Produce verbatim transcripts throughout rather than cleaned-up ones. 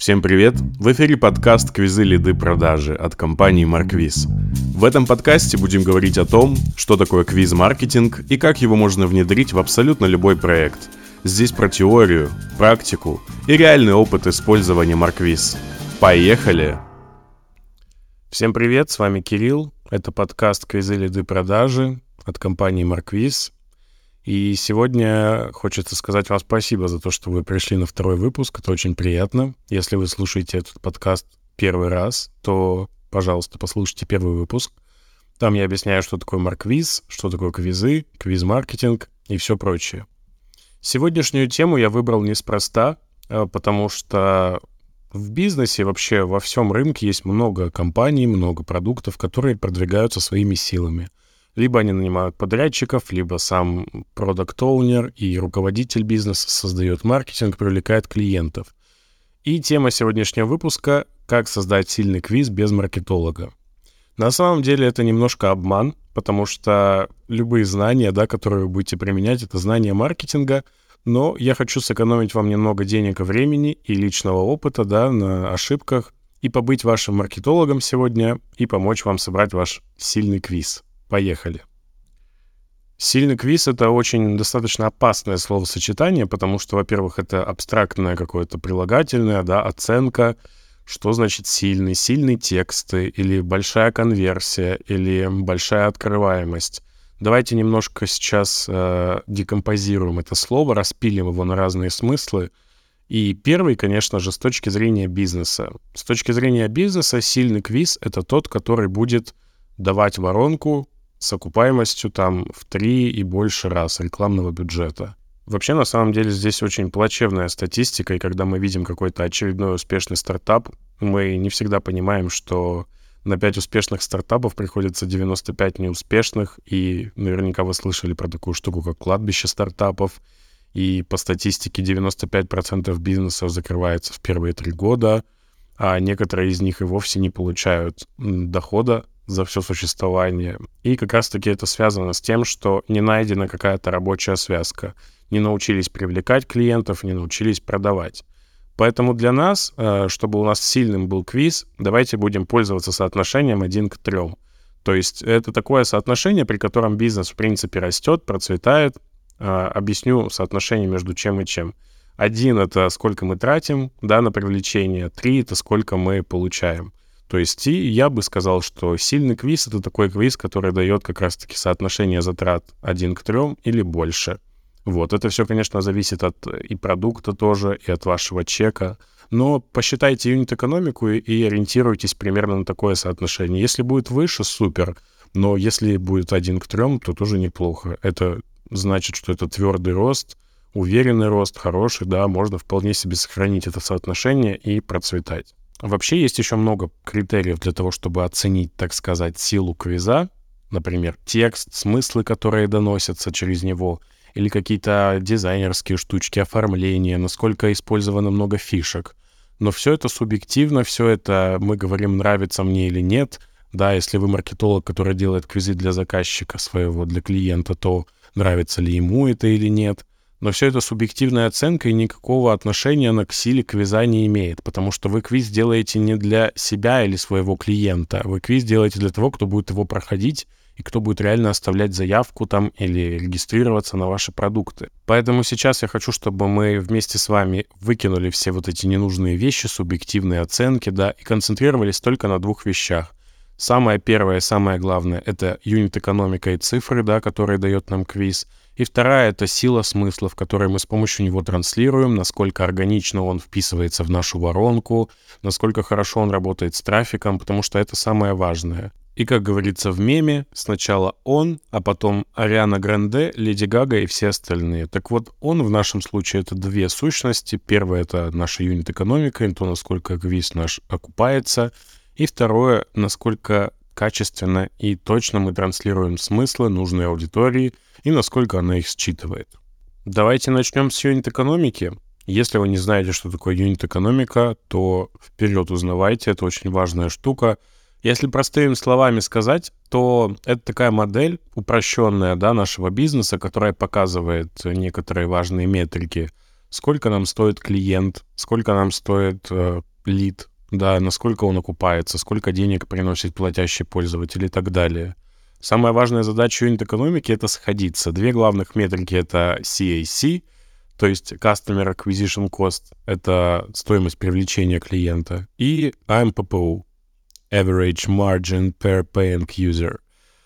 Всем привет! В эфире подкаст «Квизы, лиды, продажи» от компании Markviz. В этом подкасте будем говорить о том, что такое квиз-маркетинг и как его можно внедрить в абсолютно любой проект. Здесь про теорию, практику и реальный опыт использования Markviz. Поехали! Всем привет, с вами Кирилл. Это подкаст «Квизы, лиды, продажи» от компании Markviz. И сегодня хочется сказать вам спасибо за то, что вы пришли на второй выпуск. Это очень приятно. Если вы слушаете этот подкаст первый раз, то, пожалуйста, послушайте первый выпуск. Там я объясняю, что такое Markviz, что такое квизы, квиз-маркетинг и все прочее. Сегодняшнюю тему я выбрал неспроста, потому что в бизнесе, вообще во всем рынке есть много компаний, много продуктов, которые продвигаются своими силами. Либо они нанимают подрядчиков, либо сам продакт-оунер и руководитель бизнеса создает маркетинг, привлекает клиентов. И тема сегодняшнего выпуска — как создать сильный квиз без маркетолога. На самом деле это немножко обман, потому что любые знания, да, которые вы будете применять, это знания маркетинга, но я хочу сэкономить вам немного денег и времени и личного опыта, да, на ошибках, и побыть вашим маркетологом сегодня, и помочь вам собрать ваш сильный квиз. Поехали. Сильный квиз — это очень достаточно опасное словосочетание, потому что, во-первых, это абстрактное какое-то прилагательное, да, оценка, что значит сильный, сильные тексты, или большая конверсия, или большая открываемость. Давайте немножко сейчас э, декомпозируем это слово, распилим его на разные смыслы. И первый, конечно же, с точки зрения бизнеса. С точки зрения бизнеса сильный квиз — это тот, который будет давать воронку с окупаемостью там в три и больше раз рекламного бюджета. Вообще, на самом деле, здесь очень плачевная статистика, и когда мы видим какой-то очередной успешный стартап, мы не всегда понимаем, что на пять успешных стартапов приходится девяносто пять неуспешных, и наверняка вы слышали про такую штуку, как кладбище стартапов, и по статистике девяносто пять процентов бизнесов закрывается в первые три года, а некоторые из них и вовсе не получают дохода за все существование. И как раз-таки это связано с тем, что не найдена какая-то рабочая связка. Не научились привлекать клиентов, не научились продавать. Поэтому для нас, чтобы у нас сильным был квиз, давайте будем пользоваться соотношением один к трем. То есть это такое соотношение, при котором бизнес в принципе растет, процветает. Объясню соотношение между чем и чем. Один — это сколько мы тратим, да, на привлечение. Три — это сколько мы получаем. То есть и я бы сказал, что сильный квиз — это такой квиз, который дает как раз-таки соотношение затрат один к трем или больше. Вот, это все, конечно, зависит от и продукта тоже, и от вашего чека. Но посчитайте юнит-экономику и, и ориентируйтесь примерно на такое соотношение. Если будет выше — супер, но если будет один к трем, то тоже неплохо. Это значит, что это твердый рост, уверенный рост, хороший, да, можно вполне себе сохранить это соотношение и процветать. Вообще есть еще много критериев для того, чтобы оценить, так сказать, силу квиза. Например, текст, смыслы, которые доносятся через него, или какие-то дизайнерские штучки, оформление, насколько использовано много фишек. Но все это субъективно, все это мы говорим, нравится мне или нет. Да, если вы маркетолог, который делает квизы для заказчика своего, для клиента, то нравится ли ему это или нет. Но все это субъективная оценка, и никакого отношения она к силе квиза не имеет, потому что вы квиз делаете не для себя или своего клиента, вы квиз делаете для того, кто будет его проходить и кто будет реально оставлять заявку там или регистрироваться на ваши продукты. Поэтому сейчас я хочу, чтобы мы вместе с вами выкинули все вот эти ненужные вещи, субъективные оценки, да, и концентрировались только на двух вещах. Самое первое, самое главное — это юнит-экономика и цифры, да, которые дает нам квиз. И вторая — это сила смысла, в которой мы с помощью него транслируем, насколько органично он вписывается в нашу воронку, насколько хорошо он работает с трафиком, потому что это самое важное. И, как говорится в меме, сначала он, а потом Ариана Гранде, Леди Гага и все остальные. Так вот, он в нашем случае — это две сущности. Первое — это наша юнит-экономика, и то, насколько квиз наш окупается. И второе — насколько качественно и точно мы транслируем смыслы нужной аудитории и насколько она их считывает. Давайте начнем с юнит-экономики. Если вы не знаете, что такое юнит-экономика, то вперед узнавайте, это очень важная штука. Если простыми словами сказать, то это такая модель упрощенная, да, нашего бизнеса, которая показывает некоторые важные метрики. Сколько нам стоит клиент, сколько нам стоит э, лид, да, насколько он окупается, сколько денег приносит платящий пользователь и так далее. Самая важная задача юнит-экономики — это сходиться. Две главных метрики — это си эй си, то есть Customer Acquisition Cost, это стоимость привлечения клиента, и эй эм пи пи ю, Average Margin Per Paying User.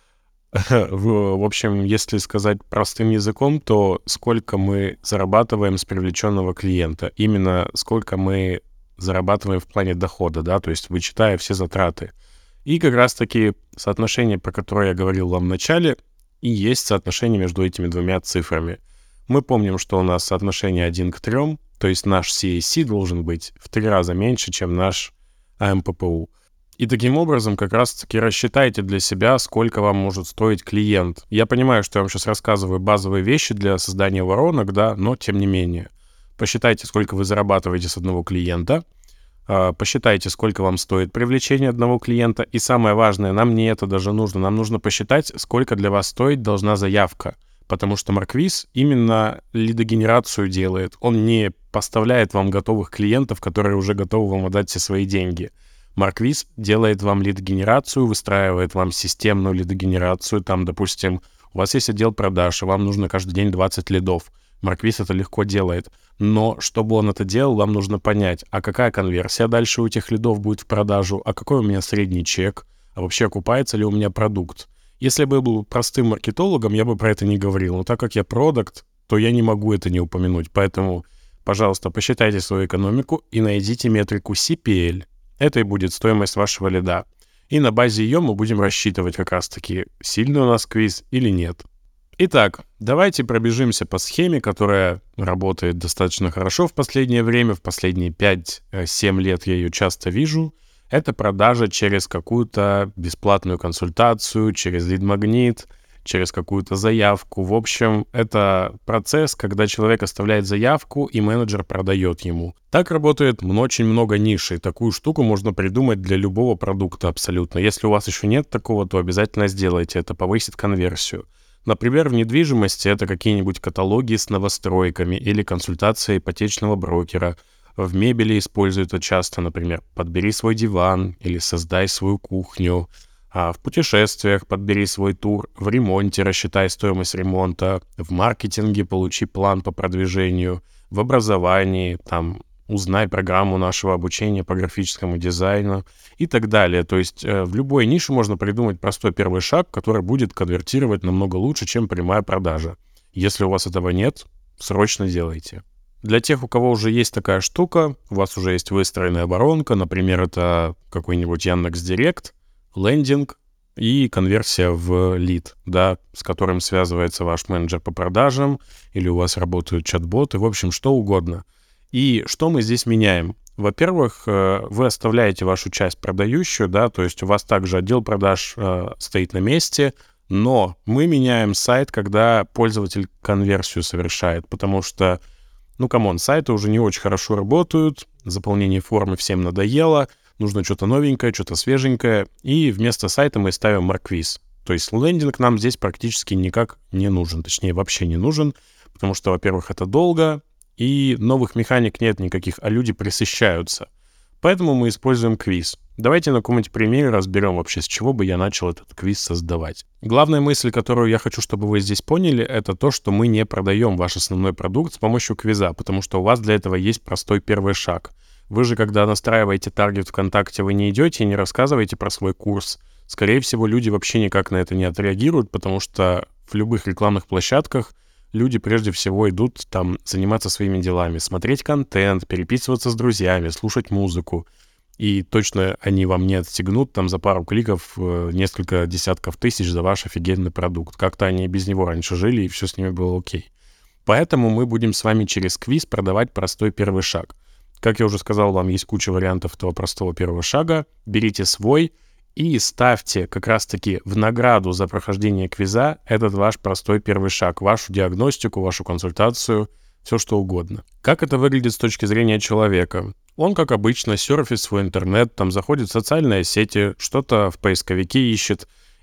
В общем, если сказать простым языком, то сколько мы зарабатываем с привлеченного клиента, именно сколько мы зарабатываем в плане дохода, да, то есть вычитая все затраты. И как раз-таки соотношение, про которое я говорил вам в начале, и есть соотношение между этими двумя цифрами. Мы помним, что у нас соотношение один к трем, то есть наш си эй си должен быть в три раза меньше, чем наш эй эм пи пи ю. И таким образом как раз-таки рассчитайте для себя, сколько вам может стоить клиент. Я понимаю, что я вам сейчас рассказываю базовые вещи для создания воронок, да, но тем не менее. Посчитайте, сколько вы зарабатываете с одного клиента, посчитайте, сколько вам стоит привлечение одного клиента, и самое важное, нам не это даже нужно, нам нужно посчитать, сколько для вас стоить должна заявка, потому что Markviz именно лидогенерацию делает, он не поставляет вам готовых клиентов, которые уже готовы вам отдать все свои деньги. Markviz делает вам лидогенерацию, выстраивает вам системную лидогенерацию. Там, допустим, у вас есть отдел продаж, и вам нужно каждый день двадцать лидов. Markviz это легко делает. Но чтобы он это делал, вам нужно понять, а какая конверсия дальше у этих лидов будет в продажу, а какой у меня средний чек, а вообще окупается ли у меня продукт. Если бы я был простым маркетологом, я бы про это не говорил. Но так как я продакт, то я не могу это не упомянуть. Поэтому, пожалуйста, посчитайте свою экономику и найдите метрику си пи эл. Это и будет стоимость вашего лида. И на базе ее мы будем рассчитывать как раз-таки, сильный у нас квиз или нет. Итак, давайте пробежимся по схеме, которая работает достаточно хорошо в последнее время. В последние пять-семь лет я ее часто вижу. Это продажа через какую-то бесплатную консультацию, через лид-магнит, через какую-то заявку. В общем, это процесс, когда человек оставляет заявку, и менеджер продает ему. Так работает очень много ниш, и такую штуку можно придумать для любого продукта абсолютно. Если у вас еще нет такого, то обязательно сделайте, это повысит конверсию. Например, в недвижимости это какие-нибудь каталоги с новостройками или консультация ипотечного брокера. В мебели используют это часто, например, «подбери свой диван» или «создай свою кухню». А в путешествиях подбери свой тур, в ремонте рассчитай стоимость ремонта, в маркетинге получи план по продвижению, в образовании там узнай программу нашего обучения по графическому дизайну и так далее. То есть э, в любой нише можно придумать простой первый шаг, который будет конвертировать намного лучше, чем прямая продажа. Если у вас этого нет, срочно делайте. Для тех, у кого уже есть такая штука, у вас уже есть выстроенная воронка, например, это какой-нибудь Яндекс.Директ, лендинг и конверсия в лид, да, с которым связывается ваш менеджер по продажам, или у вас работают чат-боты, в общем, что угодно. И что мы здесь меняем? Во-первых, вы оставляете вашу часть продающую, да, то есть у вас также отдел продаж э, стоит на месте, но мы меняем сайт, когда пользователь конверсию совершает, потому что, ну, камон, сайты уже не очень хорошо работают, заполнение формы всем надоело, нужно что-то новенькое, что-то свеженькое, и вместо сайта мы ставим Markviz. То есть лендинг нам здесь практически никак не нужен, точнее вообще не нужен, потому что, во-первых, это долго, и новых механик нет никаких, а люди пресыщаются. Поэтому мы используем квиз. Давайте на каком-нибудь примере разберем вообще, с чего бы я начал этот квиз создавать. Главная мысль, которую я хочу, чтобы вы здесь поняли, это то, что мы не продаем ваш основной продукт с помощью квиза, потому что у вас для этого есть простой первый шаг. Вы же, когда настраиваете таргет ВКонтакте, вы не идете и не рассказываете про свой курс. Скорее всего, люди вообще никак на это не отреагируют, потому что в любых рекламных площадках люди прежде всего идут там заниматься своими делами, смотреть контент, переписываться с друзьями, слушать музыку. И точно они вам не отстегнут там за пару кликов несколько десятков тысяч за ваш офигенный продукт. Как-то они без него раньше жили, и все с ними было окей. Поэтому мы будем с вами через квиз продавать простой первый шаг. Как я уже сказал, вам есть куча вариантов этого простого первого шага. Берите свой и ставьте как раз-таки в награду за прохождение квиза этот ваш простой первый шаг, вашу диагностику, вашу консультацию, все что угодно. Как это выглядит с точки зрения человека? Он, как обычно, серфит свой интернет, там заходит в социальные сети, что-то в поисковике ищет,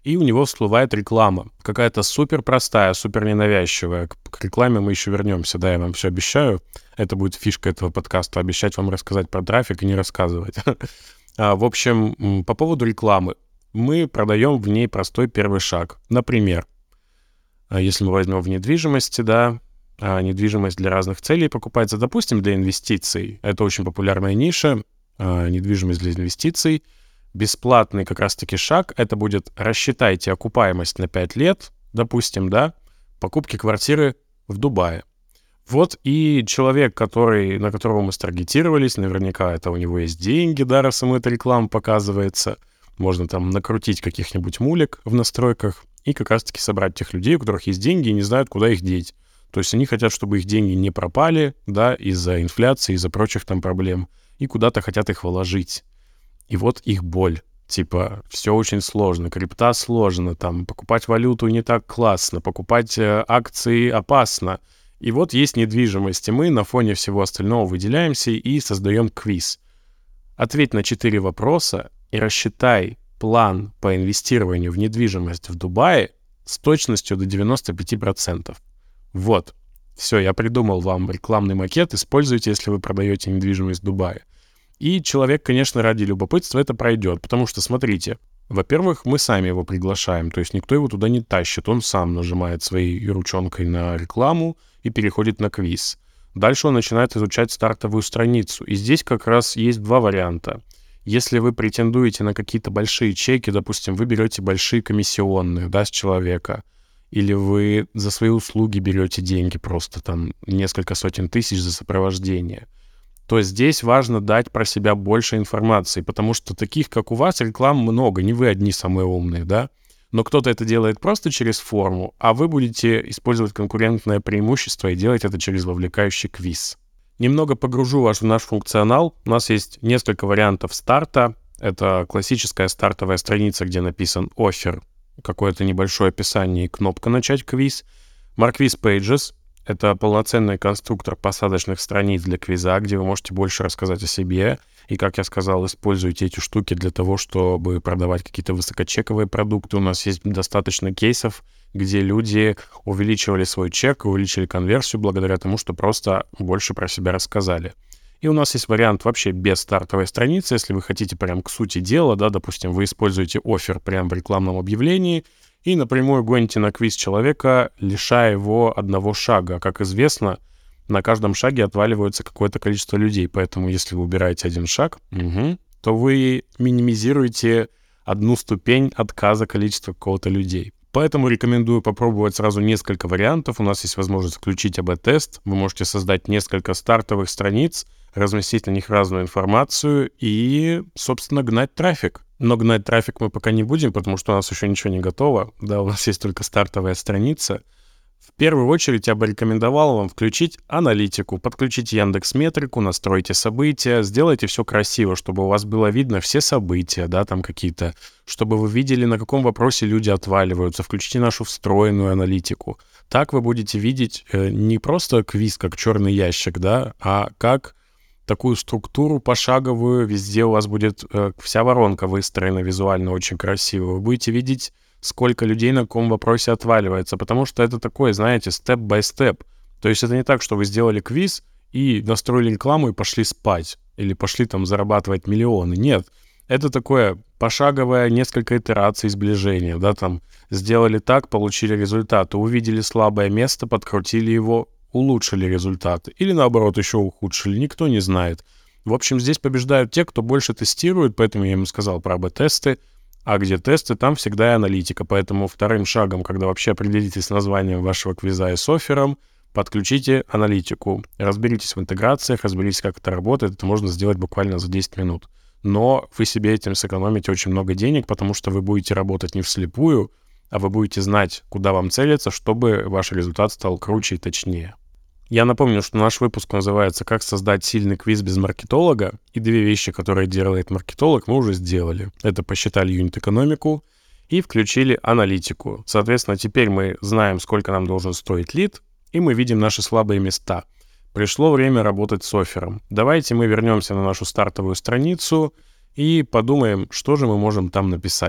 и у него всплывает реклама. Какая-то супер простая, супер ненавязчивая. К, к рекламе мы еще вернемся, да, я вам все обещаю. Это будет фишка этого подкаста, обещать вам рассказать про трафик и не рассказывать. В общем, по поводу рекламы. Мы продаем в ней простой первый шаг. Например, если мы возьмем в недвижимости, да, недвижимость для разных целей покупается, допустим, для инвестиций. Это очень популярная ниша, недвижимость для инвестиций. Бесплатный как раз-таки шаг — это будет рассчитайте окупаемость на пять лет, допустим, да, покупки квартиры в Дубае. Вот и человек, который, на которого мы старгетировались, наверняка это у него есть деньги, да, раз ему эта реклама показывается. Можно там накрутить каких-нибудь мулек в настройках и как раз-таки собрать тех людей, у которых есть деньги и не знают, куда их деть. То есть они хотят, чтобы их деньги не пропали, да, из-за инфляции, из-за прочих там проблем, и куда-то хотят их вложить. И вот их боль. Типа, все очень сложно, крипта сложно, там, покупать валюту не так классно, покупать э, акции опасно. И вот есть недвижимость, и мы на фоне всего остального выделяемся и создаем квиз. Ответь на четыре вопроса и рассчитай план по инвестированию в недвижимость в Дубае с точностью до девяносто пять процентов. Вот. Все, я придумал вам рекламный макет, используйте, если вы продаете недвижимость в Дубае. И человек, конечно, ради любопытства это пройдет, потому что, смотрите, во-первых, мы сами его приглашаем, то есть никто его туда не тащит, он сам нажимает своей ручонкой на рекламу и переходит на квиз. Дальше он начинает изучать стартовую страницу, и здесь как раз есть два варианта. Если вы претендуете на какие-то большие чеки, допустим, вы берете большие комиссионные, да, с человека, или вы за свои услуги берете деньги, просто там несколько сотен тысяч за сопровождение, то здесь важно дать про себя больше информации, потому что таких, как у вас, реклам много, не вы одни самые умные, да? Но кто-то это делает просто через форму, а вы будете использовать конкурентное преимущество и делать это через вовлекающий квиз. Немного погружу вас в наш функционал. У нас есть несколько вариантов старта. Это классическая стартовая страница, где написан оффер, какое-то небольшое описание и кнопка «Начать квиз». Marquis Pages — это полноценный конструктор посадочных страниц для квиза, где вы можете больше рассказать о себе. И, как я сказал, используйте эти штуки для того, чтобы продавать какие-то высокочековые продукты. У нас есть достаточно кейсов, где люди увеличивали свой чек, увеличили конверсию благодаря тому, что просто больше про себя рассказали. И у нас есть вариант вообще без стартовой страницы, если вы хотите прям к сути дела, да, допустим, вы используете оффер прямо в рекламном объявлении и напрямую гоните на квиз человека, лишая его одного шага. Как известно, на каждом шаге отваливается какое-то количество людей, поэтому если вы убираете один шаг, угу, то вы минимизируете одну ступень отказа количества какого-то людей. Поэтому рекомендую попробовать сразу несколько вариантов. У нас есть возможность включить эй би тест. Вы можете создать несколько стартовых страниц, разместить на них разную информацию и, собственно, гнать трафик. Но гнать трафик мы пока не будем, потому что у нас еще ничего не готово. Да, у нас есть только стартовая страница. В первую очередь я бы рекомендовал вам включить аналитику, подключите Яндекс.Метрику, настройте события, сделайте все красиво, чтобы у вас было видно все события, да, там какие-то, чтобы вы видели, на каком вопросе люди отваливаются, включите нашу встроенную аналитику. Так вы будете видеть э, не просто квиз как черный ящик, да, а как такую структуру пошаговую, везде у вас будет э, вся воронка выстроена визуально очень красиво. Вы будете видеть, сколько людей на каком вопросе отваливается, потому что это такое, знаете, степ-бай-степ. То есть это не так, что вы сделали квиз и настроили рекламу и пошли спать, или пошли там зарабатывать миллионы. Нет, это такое пошаговое несколько итераций сближения, да, там сделали так, получили результаты, увидели слабое место, подкрутили его, улучшили результаты, или наоборот еще ухудшили, никто не знает. В общем, здесь побеждают те, кто больше тестирует, поэтому я ему сказал про эй би-тесты. А где тесты, там всегда и аналитика. Поэтому вторым шагом, когда вообще определитесь с названием вашего квиза и с оффером, подключите аналитику. Разберитесь в интеграциях, разберитесь, как это работает. Это можно сделать буквально за десять минут. Но вы себе этим сэкономите очень много денег, потому что вы будете работать не вслепую, а вы будете знать, куда вам целиться, чтобы ваш результат стал круче и точнее. Я напомню, что наш выпуск называется «Как создать сильный квиз без маркетолога», и две вещи, которые делает маркетолог, мы уже сделали. Это посчитали юнит-экономику и включили аналитику. Соответственно, теперь мы знаем, сколько нам должен стоить лид, и мы видим наши слабые места. Пришло время работать с оффером. Давайте мы вернемся на нашу стартовую страницу и подумаем, что же мы можем там написать.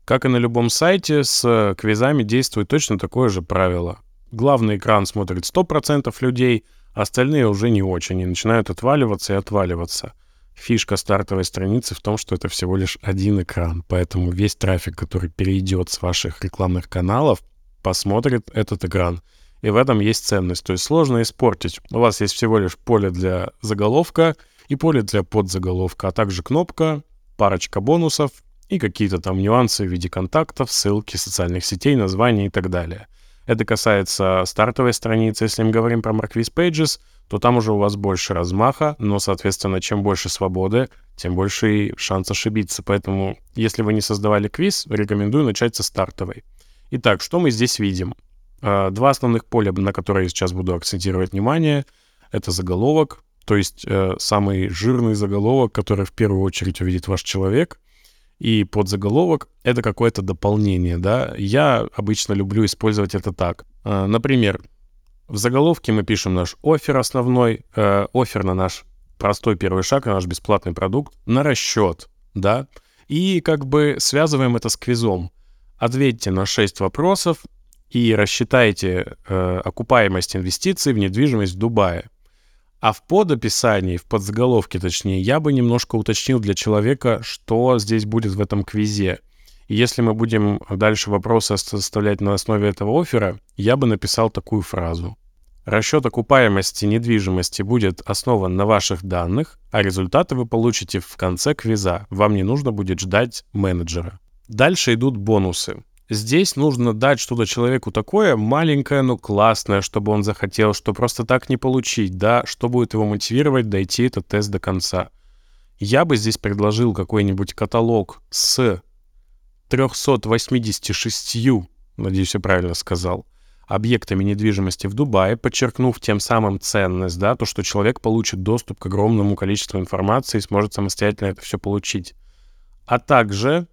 Как и на любом сайте, с квизами действует точно такое же правило. Главный экран смотрит сто процентов людей, а остальные уже не очень, и начинают отваливаться и отваливаться. Фишка стартовой страницы в том, что это всего лишь один экран, поэтому весь трафик, который перейдет с ваших рекламных каналов, посмотрит этот экран. И в этом есть ценность, то есть сложно испортить. У вас есть всего лишь поле для заголовка и поле для подзаголовка, а также кнопка, парочка бонусов и какие-то там нюансы в виде контактов, ссылки, социальных сетей, названий и так далее. Это касается стартовой страницы. Если мы говорим про Marquis Pages, то там уже у вас больше размаха, но, соответственно, чем больше свободы, тем больше и шанс ошибиться. Поэтому, если вы не создавали квиз, рекомендую начать со стартовой. Итак, что мы здесь видим? Два основных поля, на которые я сейчас буду акцентировать внимание, это заголовок, то есть э, самый жирный заголовок, который в первую очередь увидит ваш человек, и подзаголовок — это какое-то дополнение, да. Я обычно люблю использовать это так. Э, например, в заголовке мы пишем наш оффер основной, э, оффер на наш простой первый шаг, на наш бесплатный продукт, на расчет, да, и как бы связываем это с квизом. Ответьте на шесть вопросов и рассчитайте э, окупаемость инвестиций в недвижимость в Дубае. А в подописании, в подзаголовке точнее, я бы немножко уточнил для человека, что здесь будет в этом квизе. И если мы будем дальше вопросы составлять на основе этого оффера, я бы написал такую фразу. Расчет окупаемости недвижимости будет основан на ваших данных, а результаты вы получите в конце квиза. Вам не нужно будет ждать менеджера. Дальше идут бонусы. Здесь нужно дать что-то человеку такое маленькое, но классное, чтобы он захотел, что просто так не получить, да, что будет его мотивировать дойти этот тест до конца. Я бы здесь предложил какой-нибудь каталог с тремястами восемьдесят шестью, надеюсь, я правильно сказал, объектами недвижимости в Дубае, подчеркнув тем самым ценность, да, то, что человек получит доступ к огромному количеству информации и сможет самостоятельно это все получить. А также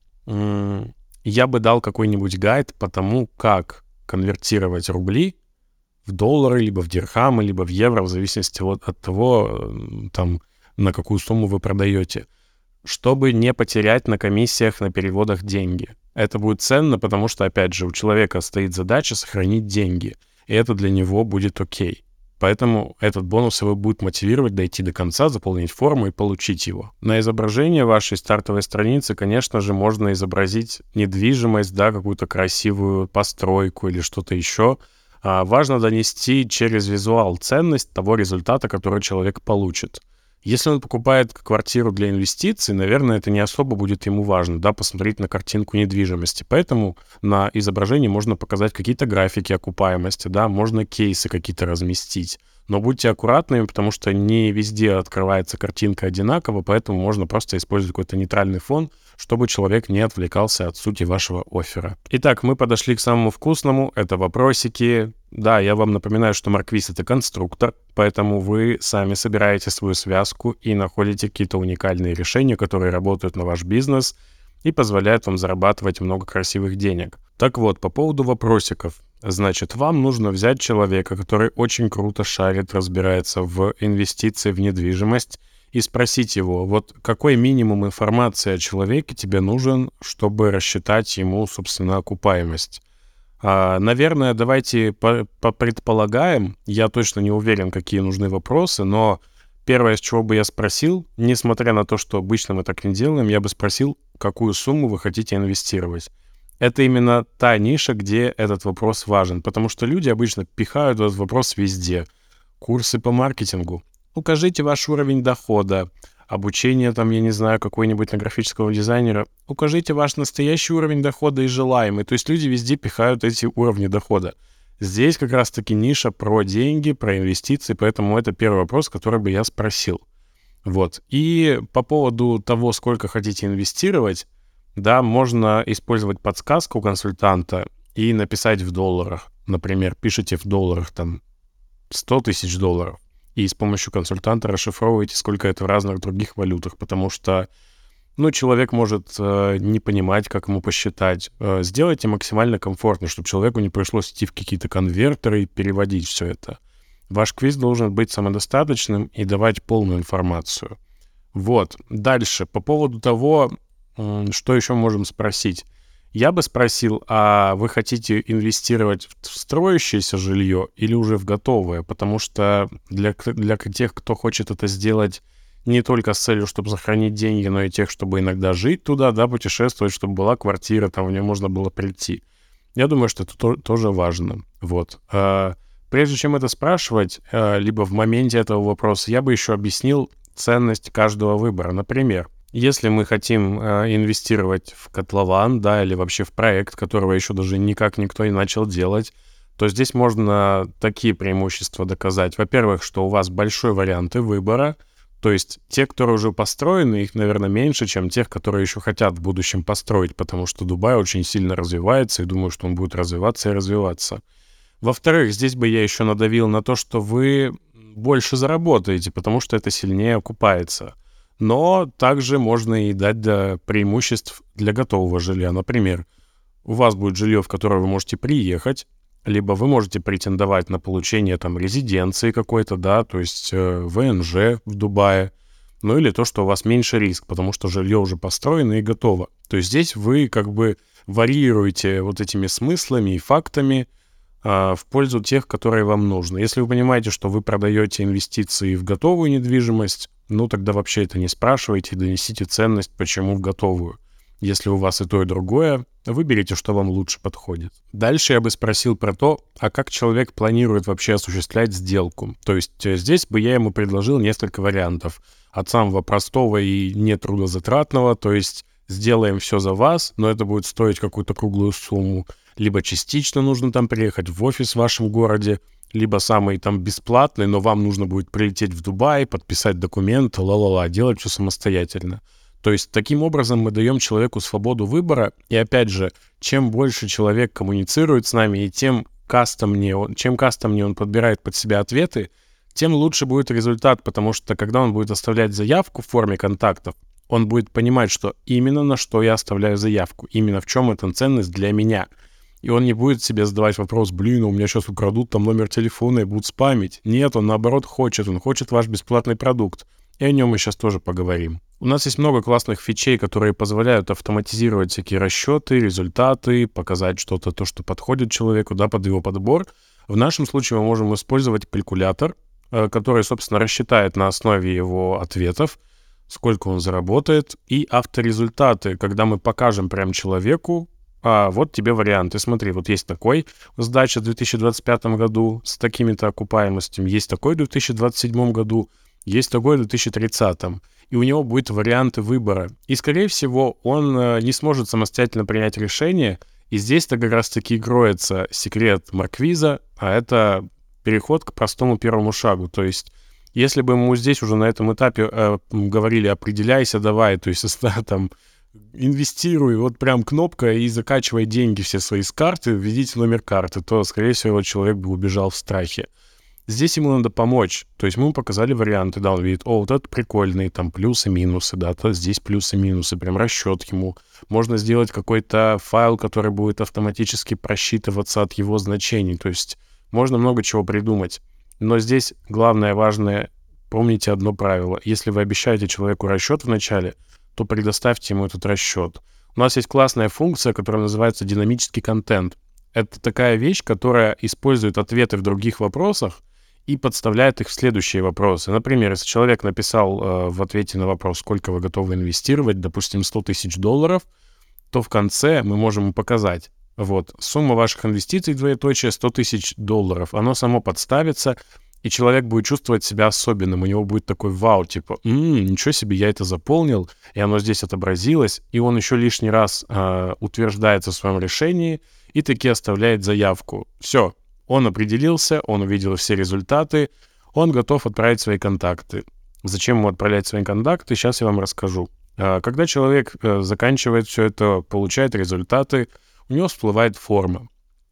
м- я бы дал какой-нибудь гайд по тому, как конвертировать рубли в доллары, либо в дирхамы, либо в евро, в зависимости от, от того, там, на какую сумму вы продаете, чтобы не потерять на комиссиях, на переводах деньги. Это будет ценно, потому что, опять же, у человека стоит задача сохранить деньги, и это для него будет окей. Поэтому этот бонус его будет мотивировать дойти до конца, заполнить форму и получить его. На изображение вашей стартовой страницы, конечно же, можно изобразить недвижимость, да, какую-то красивую постройку или что-то еще. А важно донести через визуал ценность того результата, который человек получит. Если он покупает квартиру для инвестиций, наверное, это не особо будет ему важно, да, посмотреть на картинку недвижимости. Поэтому на изображении можно показать какие-то графики окупаемости, да, можно кейсы какие-то разместить. Но будьте аккуратными, потому что не везде открывается картинка одинаково, поэтому можно просто использовать какой-то нейтральный фон, чтобы человек не отвлекался от сути вашего оффера. Итак, мы подошли к самому вкусному, это вопросики. Да, я вам напоминаю, что Marquis — это конструктор, поэтому вы сами собираете свою связку и находите какие-то уникальные решения, которые работают на ваш бизнес и позволяют вам зарабатывать много красивых денег. Так вот, по поводу вопросиков. Значит, вам нужно взять человека, который очень круто шарит, разбирается в инвестиции в недвижимость, и спросить его, вот какой минимум информации о человеке тебе нужен, чтобы рассчитать ему, собственно, окупаемость. А, наверное, давайте попредполагаем, я точно не уверен, какие нужны вопросы, но первое, с чего бы я спросил, несмотря на то, что обычно мы так не делаем, я бы спросил, какую сумму вы хотите инвестировать. Это именно та ниша, где этот вопрос важен, потому что люди обычно пихают этот вопрос везде. Курсы по маркетингу. Укажите ваш уровень дохода, обучение, там, я не знаю, какой-нибудь на графического дизайнера. Укажите ваш настоящий уровень дохода и желаемый. То есть люди везде пихают эти уровни дохода. Здесь как раз-таки ниша про деньги, про инвестиции, поэтому это первый вопрос, который бы я спросил. Вот. И по поводу того, сколько хотите инвестировать, да, можно использовать подсказку консультанта и написать в долларах. Например, пишите в долларах там сто тысяч долларов. И с помощью консультанта расшифровываете, сколько это в разных других валютах, потому что, ну, человек может э, не понимать, как ему посчитать. Э, сделайте максимально комфортно, чтобы человеку не пришлось идти в какие-то конвертеры и переводить все это. Ваш квиз должен быть самодостаточным и давать полную информацию. Вот. Дальше. По поводу того, э, что еще можем спросить. Я бы спросил, а вы хотите инвестировать в строящееся жилье или уже в готовое? Потому что для, для тех, кто хочет это сделать не только с целью, чтобы сохранить деньги, но и тех, чтобы иногда жить туда, да, путешествовать, чтобы была квартира, там в нее можно было прийти. Я думаю, что это то, тоже важно. Вот. А, прежде чем это спрашивать, а, либо в моменте этого вопроса, я бы еще объяснил ценность каждого выбора. Например, если мы хотим э, инвестировать в котлован, да, или вообще в проект, которого еще даже никак никто не начал делать, то здесь можно такие преимущества доказать. Во-первых, что у вас большой варианты выбора, то есть те, которые уже построены, их, наверное, меньше, чем тех, которые еще хотят в будущем построить, потому что Дубай очень сильно развивается, и думаю, что он будет развиваться и развиваться. Во-вторых, здесь бы я еще надавил на то, что вы больше заработаете, потому что это сильнее окупается. Но также можно и дать для преимуществ для готового жилья. Например, у вас будет жилье, в которое вы можете приехать, либо вы можете претендовать на получение там резиденции какой-то, да, то есть э, вэ эн жэ в Дубае, ну или то, что у вас меньше риск, потому что жилье уже построено и готово. То есть здесь вы как бы варьируете вот этими смыслами и фактами э, в пользу тех, которые вам нужны. Если вы понимаете, что вы продаете инвестиции в готовую недвижимость, ну, тогда вообще это не спрашивайте, донесите ценность, почему в готовую. Если у вас и то, и другое, выберите, что вам лучше подходит. Дальше я бы спросил про то, а как человек планирует вообще осуществлять сделку. То есть здесь бы я ему предложил несколько вариантов. От самого простого и нетрудозатратного, то есть сделаем все за вас, но это будет стоить какую-то круглую сумму. Либо частично нужно там приехать в офис в вашем городе, либо самый там бесплатный, но вам нужно будет прилететь в Дубай, подписать документы, ла-ла-ла, делать все самостоятельно. То есть таким образом мы даем человеку свободу выбора, и опять же, чем больше человек коммуницирует с нами, и тем кастомнее он, чем кастомнее он подбирает под себя ответы, тем лучше будет результат, потому что когда он будет оставлять заявку в форме контактов, он будет понимать, что именно на что я оставляю заявку, именно в чем эта ценность для меня. И он не будет себе задавать вопрос, блин, у меня сейчас украдут там номер телефона и будут спамить. Нет, он наоборот хочет, он хочет ваш бесплатный продукт. И о нем мы сейчас тоже поговорим. У нас есть много классных фичей, которые позволяют автоматизировать всякие расчеты, результаты, показать что-то, то, что подходит человеку, да, под его подбор. В нашем случае мы можем использовать калькулятор, который, собственно, рассчитает на основе его ответов, сколько он заработает, и авторезультаты, когда мы покажем прям человеку, а вот тебе варианты. Смотри, вот есть такой сдача в две тысячи двадцать пятом году с такими-то окупаемостями, есть такой в две тысячи двадцать седьмом году, есть такой в две тысячи тридцатом. И у него будут варианты выбора. И, скорее всего, он не сможет самостоятельно принять решение. И здесь-то как раз-таки кроется секрет Марквиза, а это переход к простому первому шагу. То есть, если бы ему здесь уже на этом этапе э, говорили «определяйся, давай», то есть, да, там, инвестируй, вот прям кнопка и закачивай деньги все свои с карты, введите номер карты, то, скорее всего, человек бы убежал в страхе. Здесь ему надо помочь. То есть мы ему показали варианты, да, он видит, о, вот это прикольные, там плюсы-минусы, да, то здесь плюсы-минусы, прям расчет ему. Можно сделать какой-то файл, который будет автоматически просчитываться от его значений. То есть можно много чего придумать. Но здесь главное, важное, помните одно правило. Если вы обещаете человеку расчет в начале, то предоставьте ему этот расчет. У нас есть классная функция, которая называется динамический контент. Это такая вещь, которая использует ответы в других вопросах и подставляет их в следующие вопросы. Например, если человек написал э, в ответе на вопрос, сколько вы готовы инвестировать, допустим, сто тысяч долларов, то в конце мы можем ему показать, вот, сумма ваших инвестиций, двоеточие, сто тысяч долларов. Оно само подставится, и человек будет чувствовать себя особенным. У него будет такой вау, типа, м-м, ничего себе, я это заполнил, и оно здесь отобразилось, и он еще лишний раз э, утверждается в своем решении и таки оставляет заявку. Все, он определился, он увидел все результаты, он готов отправить свои контакты. Зачем ему отправлять свои контакты, сейчас я вам расскажу. Э, когда человек э, заканчивает все это, получает результаты, у него всплывает форма.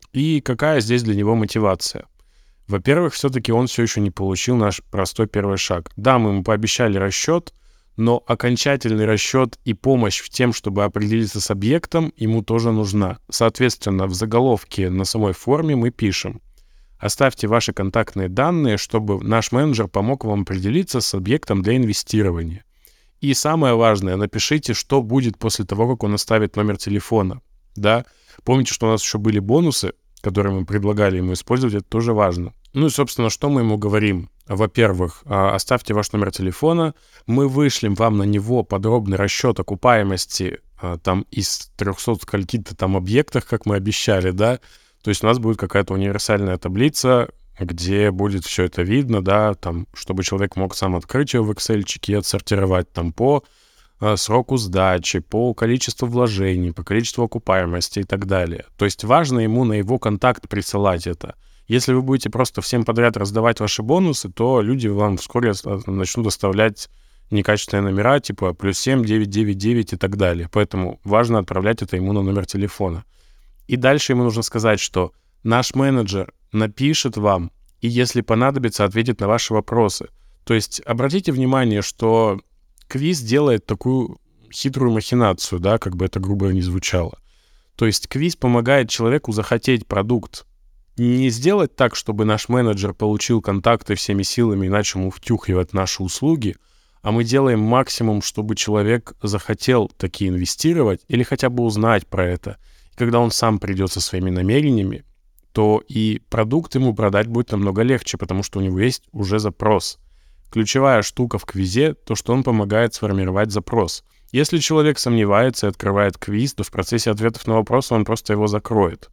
И какая здесь для него мотивация? Во-первых, все-таки он все еще не получил наш простой первый шаг. Да, мы ему пообещали расчет, но окончательный расчет и помощь в тем, чтобы определиться с объектом, ему тоже нужна. Соответственно, в заголовке на самой форме мы пишем: оставьте ваши контактные данные, чтобы наш менеджер помог вам определиться с объектом для инвестирования. И самое важное, напишите, что будет после того, как он оставит номер телефона. да. Помните, что у нас еще были бонусы, которые мы предлагали ему использовать, это тоже важно. Ну и, собственно, что мы ему говорим? Во-первых, оставьте ваш номер телефона, мы вышлем вам на него подробный расчет окупаемости там из трехсот скольки-то там объектах, как мы обещали, да. То есть у нас будет какая-то универсальная таблица, где будет все это видно, да, там, чтобы человек мог сам открыть ее в Excel-чике и отсортировать там по э, сроку сдачи, по количеству вложений, по количеству окупаемости и так далее. То есть важно ему на его контакт присылать это. Если вы будете просто всем подряд раздавать ваши бонусы, то люди вам вскоре начнут оставлять некачественные номера, типа плюс семь, девять, девять, девять и так далее. Поэтому важно отправлять это ему на номер телефона. И дальше ему нужно сказать, что наш менеджер напишет вам, и если понадобится, ответит на ваши вопросы. То есть обратите внимание, что квиз делает такую хитрую махинацию, да, как бы это грубо ни звучало. То есть квиз помогает человеку захотеть продукт. Не сделать так, чтобы наш менеджер получил контакты всеми силами и начал ему втюхивать наши услуги, а мы делаем максимум, чтобы человек захотел таки инвестировать или хотя бы узнать про это. И когда он сам придет со своими намерениями, то и продукт ему продать будет намного легче, потому что у него есть уже запрос. Ключевая штука в квизе — то, что он помогает сформировать запрос. Если человек сомневается и открывает квиз, то в процессе ответов на вопросы он просто его закроет.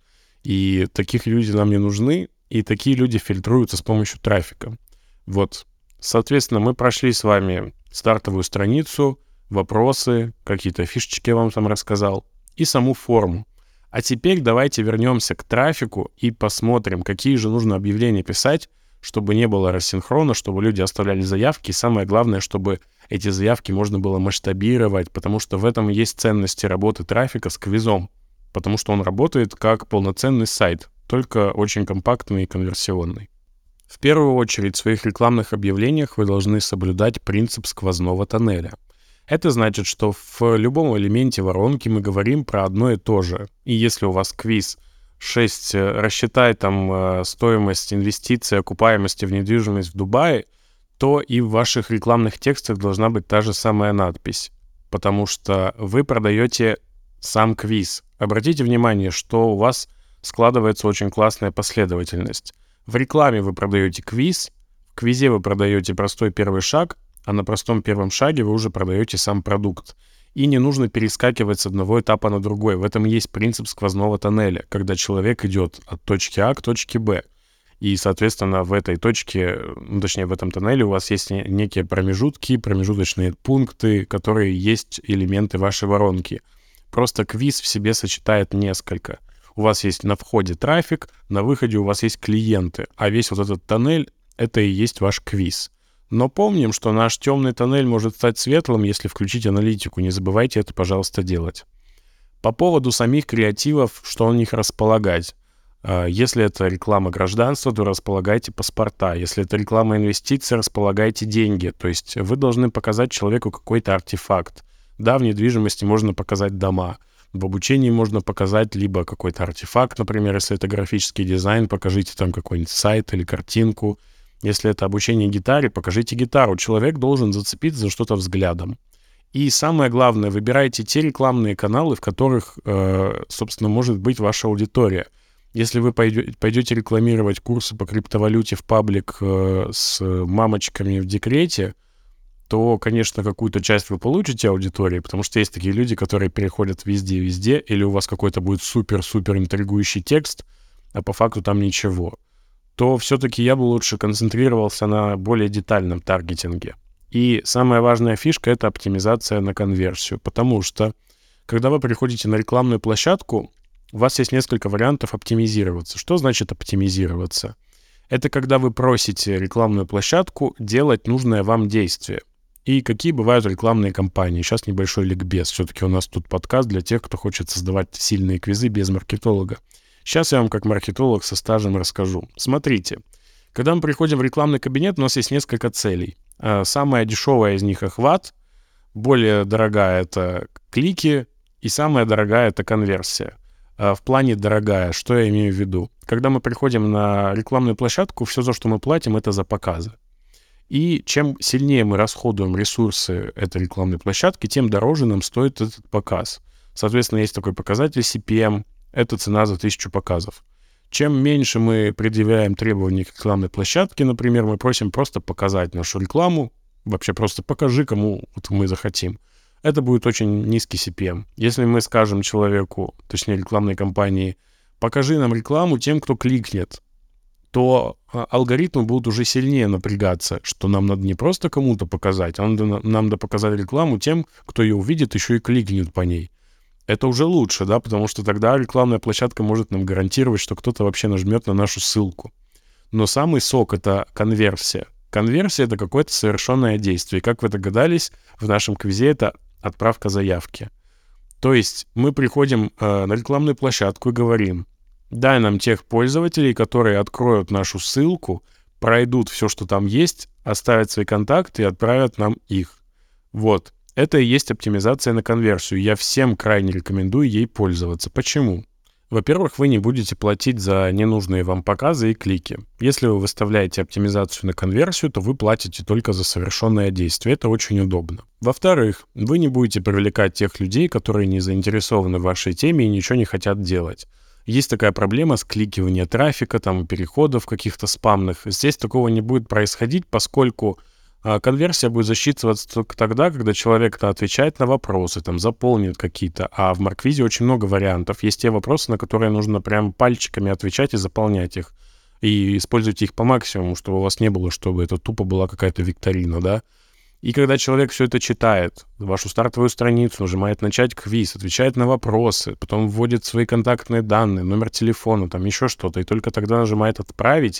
И таких людей нам не нужны, и такие люди фильтруются с помощью трафика. Вот. Соответственно, мы прошли с вами стартовую страницу, вопросы, какие-то фишечки я вам там рассказал, и саму форму. А теперь давайте вернемся к трафику и посмотрим, какие же нужно объявления писать, чтобы не было рассинхрона, чтобы люди оставляли заявки. И самое главное, чтобы эти заявки можно было масштабировать, потому что в этом и есть ценности работы трафика с квизом. Потому что он работает как полноценный сайт, только очень компактный и конверсионный. В первую очередь в своих рекламных объявлениях вы должны соблюдать принцип сквозного тоннеля. Это значит, что в любом элементе воронки мы говорим про одно и то же. И если у вас квиз шесть рассчитай там стоимость инвестиций, окупаемости в недвижимость в Дубае, то и в ваших рекламных текстах должна быть та же самая надпись. Потому что вы продаете сам квиз. Обратите внимание, что у вас складывается очень классная последовательность. В рекламе вы продаете квиз, в квизе вы продаете простой первый шаг, а на простом первом шаге вы уже продаете сам продукт. И не нужно перескакивать с одного этапа на другой. В этом и есть принцип сквозного тоннеля, когда человек идет от точки А к точке Б. И, соответственно, в этой точке, ну, точнее, в этом тоннеле у вас есть некие промежутки, промежуточные пункты, которые есть элементы вашей воронки. Просто квиз в себе сочетает несколько. У вас есть на входе трафик, на выходе у вас есть клиенты, а весь вот этот тоннель — это и есть ваш квиз. Но помним, что наш темный тоннель может стать светлым, если включить аналитику. Не забывайте это, пожалуйста, делать. По поводу самих креативов, что на них располагать. Если это реклама гражданства, то располагайте паспорта. Если это реклама инвестиций, располагайте деньги. То есть вы должны показать человеку какой-то артефакт. Да, в недвижимости можно показать дома. В обучении можно показать либо какой-то артефакт, например, если это графический дизайн, покажите там какой-нибудь сайт или картинку. Если это обучение гитаре, покажите гитару. Человек должен зацепиться за что-то взглядом. И самое главное, выбирайте те рекламные каналы, в которых, э, собственно, может быть ваша аудитория. Если вы пойдете, пойдете рекламировать курсы по криптовалюте в паблик э, с мамочками в декрете, то, конечно, какую-то часть вы получите аудитории, потому что есть такие люди, которые переходят везде-везде, или у вас какой-то будет супер-супер интригующий текст, а по факту там ничего, то все-таки я бы лучше концентрировался на более детальном таргетинге. И самая важная фишка — это оптимизация на конверсию, потому что, когда вы приходите на рекламную площадку, у вас есть несколько вариантов оптимизироваться. Что значит оптимизироваться? Это когда вы просите рекламную площадку делать нужное вам действие. И какие бывают рекламные кампании. Сейчас небольшой ликбез. Все-таки у нас тут подкаст для тех, кто хочет создавать сильные квизы без маркетолога. Сейчас я вам как маркетолог со стажем расскажу. Смотрите, когда мы приходим в рекламный кабинет, у нас есть несколько целей. Самая дешевая из них — охват, более дорогая — это клики, и самая дорогая — это конверсия. В плане дорогая, что я имею в виду? Когда мы приходим на рекламную площадку, все, за что мы платим, это за показы. И чем сильнее мы расходуем ресурсы этой рекламной площадки, тем дороже нам стоит этот показ. Соответственно, есть такой показатель си пи эм, это цена за тысячу показов. Чем меньше мы предъявляем требований к рекламной площадке, например, мы просим просто показать нашу рекламу, вообще просто покажи, кому вот мы захотим. Это будет очень низкий си пи эм. Если мы скажем человеку, точнее рекламной компании, покажи нам рекламу тем, кто кликнет, то алгоритмы будут уже сильнее напрягаться, что нам надо не просто кому-то показать, а надо, нам надо показать рекламу тем, кто ее увидит, еще и кликнет по ней. Это уже лучше, да, потому что тогда рекламная площадка может нам гарантировать, что кто-то вообще нажмет на нашу ссылку. Но самый сок — это конверсия. Конверсия — это какое-то совершенное действие. Как вы догадались, в нашем квизе это отправка заявки. То есть мы приходим э, на рекламную площадку и говорим: дай нам тех пользователей, которые откроют нашу ссылку, пройдут все, что там есть, оставят свои контакты и отправят нам их. Вот. Это и есть оптимизация на конверсию. Я всем крайне рекомендую ей пользоваться. Почему? Во-первых, вы не будете платить за ненужные вам показы и клики. Если вы выставляете оптимизацию на конверсию, то вы платите только за совершенное действие. Это очень удобно. Во-вторых, вы не будете привлекать тех людей, которые не заинтересованы в вашей теме и ничего не хотят делать. Есть такая проблема с кликиванием трафика, там, переходов каких-то спамных. Здесь такого не будет происходить, поскольку а, конверсия будет засчитываться только тогда, когда человек отвечает на вопросы, там, заполнит какие-то. А в Марквизе очень много вариантов. Есть те вопросы, на которые нужно прям пальчиками отвечать и заполнять их. И используйте их по максимуму, чтобы у вас не было, чтобы это тупо была какая-то викторина, да. И когда человек все это читает, вашу стартовую страницу, нажимает «Начать квиз», отвечает на вопросы, потом вводит свои контактные данные, номер телефона, там еще что-то, и только тогда нажимает «Отправить»,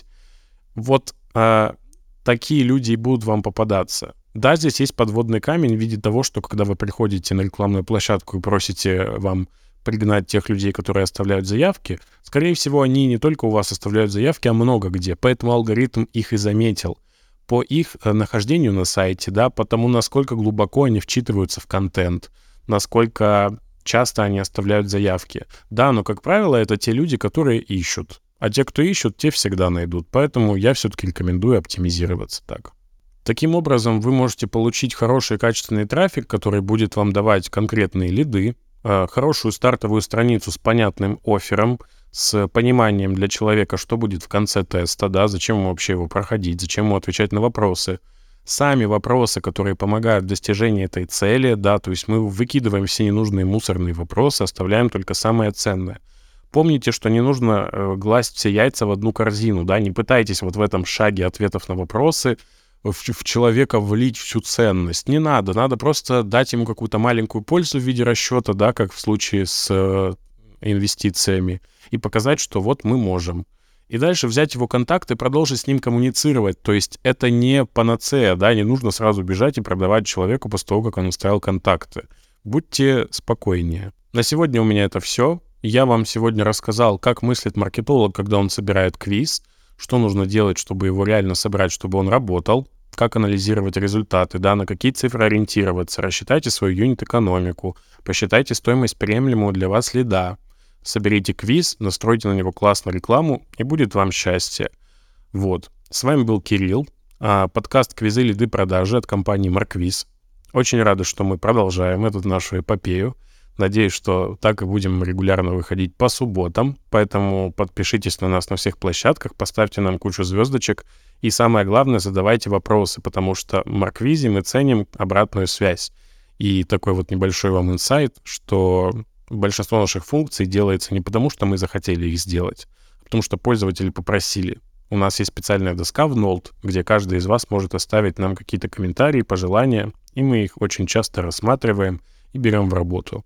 вот а, такие люди и будут вам попадаться. Да, здесь есть подводный камень в виде того, что когда вы приходите на рекламную площадку и просите вам пригнать тех людей, которые оставляют заявки, скорее всего, они не только у вас оставляют заявки, а много где, поэтому алгоритм их и заметил по их нахождению на сайте, да, по тому, насколько глубоко они вчитываются в контент, насколько часто они оставляют заявки. Да, но, как правило, это те люди, которые ищут. А те, кто ищут, те всегда найдут. Поэтому я все-таки рекомендую оптимизироваться так. Таким образом, вы можете получить хороший качественный трафик, который будет вам давать конкретные лиды, хорошую стартовую страницу с понятным оффером, с пониманием для человека, что будет в конце теста, да, зачем ему вообще его проходить, зачем ему отвечать на вопросы. Сами вопросы, которые помогают в достижении этой цели, да, то есть мы выкидываем все ненужные мусорные вопросы, оставляем только самое ценное. Помните, что не нужно э, класть все яйца в одну корзину, да, не пытайтесь вот в этом шаге ответов на вопросы в, в человека влить всю ценность. Не надо, надо просто дать ему какую-то маленькую пользу в виде расчета, да, как в случае с э, инвестициями, и показать, что вот мы можем. И дальше взять его контакт и продолжить с ним коммуницировать. То есть это не панацея, да, не нужно сразу бежать и продавать человеку после того, как он оставил контакты. Будьте спокойнее. На сегодня у меня это все. Я вам сегодня рассказал, как мыслит маркетолог, когда он собирает квиз, что нужно делать, чтобы его реально собрать, чтобы он работал, как анализировать результаты, да, на какие цифры ориентироваться, рассчитайте свою юнит-экономику, посчитайте стоимость приемлемого для вас лида, соберите квиз, настройте на него классную рекламу, и будет вам счастье. Вот. С вами был Кирилл, подкаст «Квизы, лиды, продажи» от компании Марквиз. Очень рады, что мы продолжаем эту нашу эпопею. Надеюсь, что так и будем регулярно выходить по субботам, поэтому подпишитесь на нас на всех площадках, поставьте нам кучу звездочек, и самое главное, задавайте вопросы, потому что в Марквизе мы ценим обратную связь. И такой вот небольшой вам инсайт, что большинство наших функций делается не потому, что мы захотели их сделать, а потому что пользователи попросили. У нас есть специальная доска в Nolt, где каждый из вас может оставить нам какие-то комментарии, пожелания, и мы их очень часто рассматриваем и берем в работу.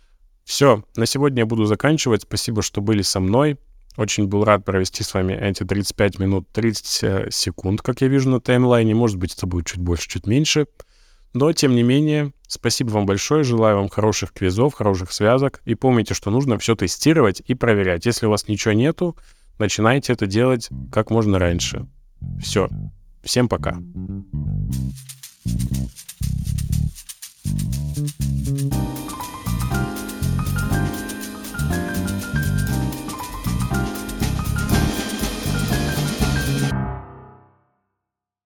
Все, на сегодня я буду заканчивать. Спасибо, что были со мной. Очень был рад провести с вами эти тридцать пять минут тридцать секунд, как я вижу на таймлайне. Может быть, это будет чуть больше, чуть меньше. Но, тем не менее, спасибо вам большое. Желаю вам хороших квизов, хороших связок. И помните, что нужно все тестировать и проверять. Если у вас ничего нету, начинайте это делать как можно раньше. Все. Всем пока.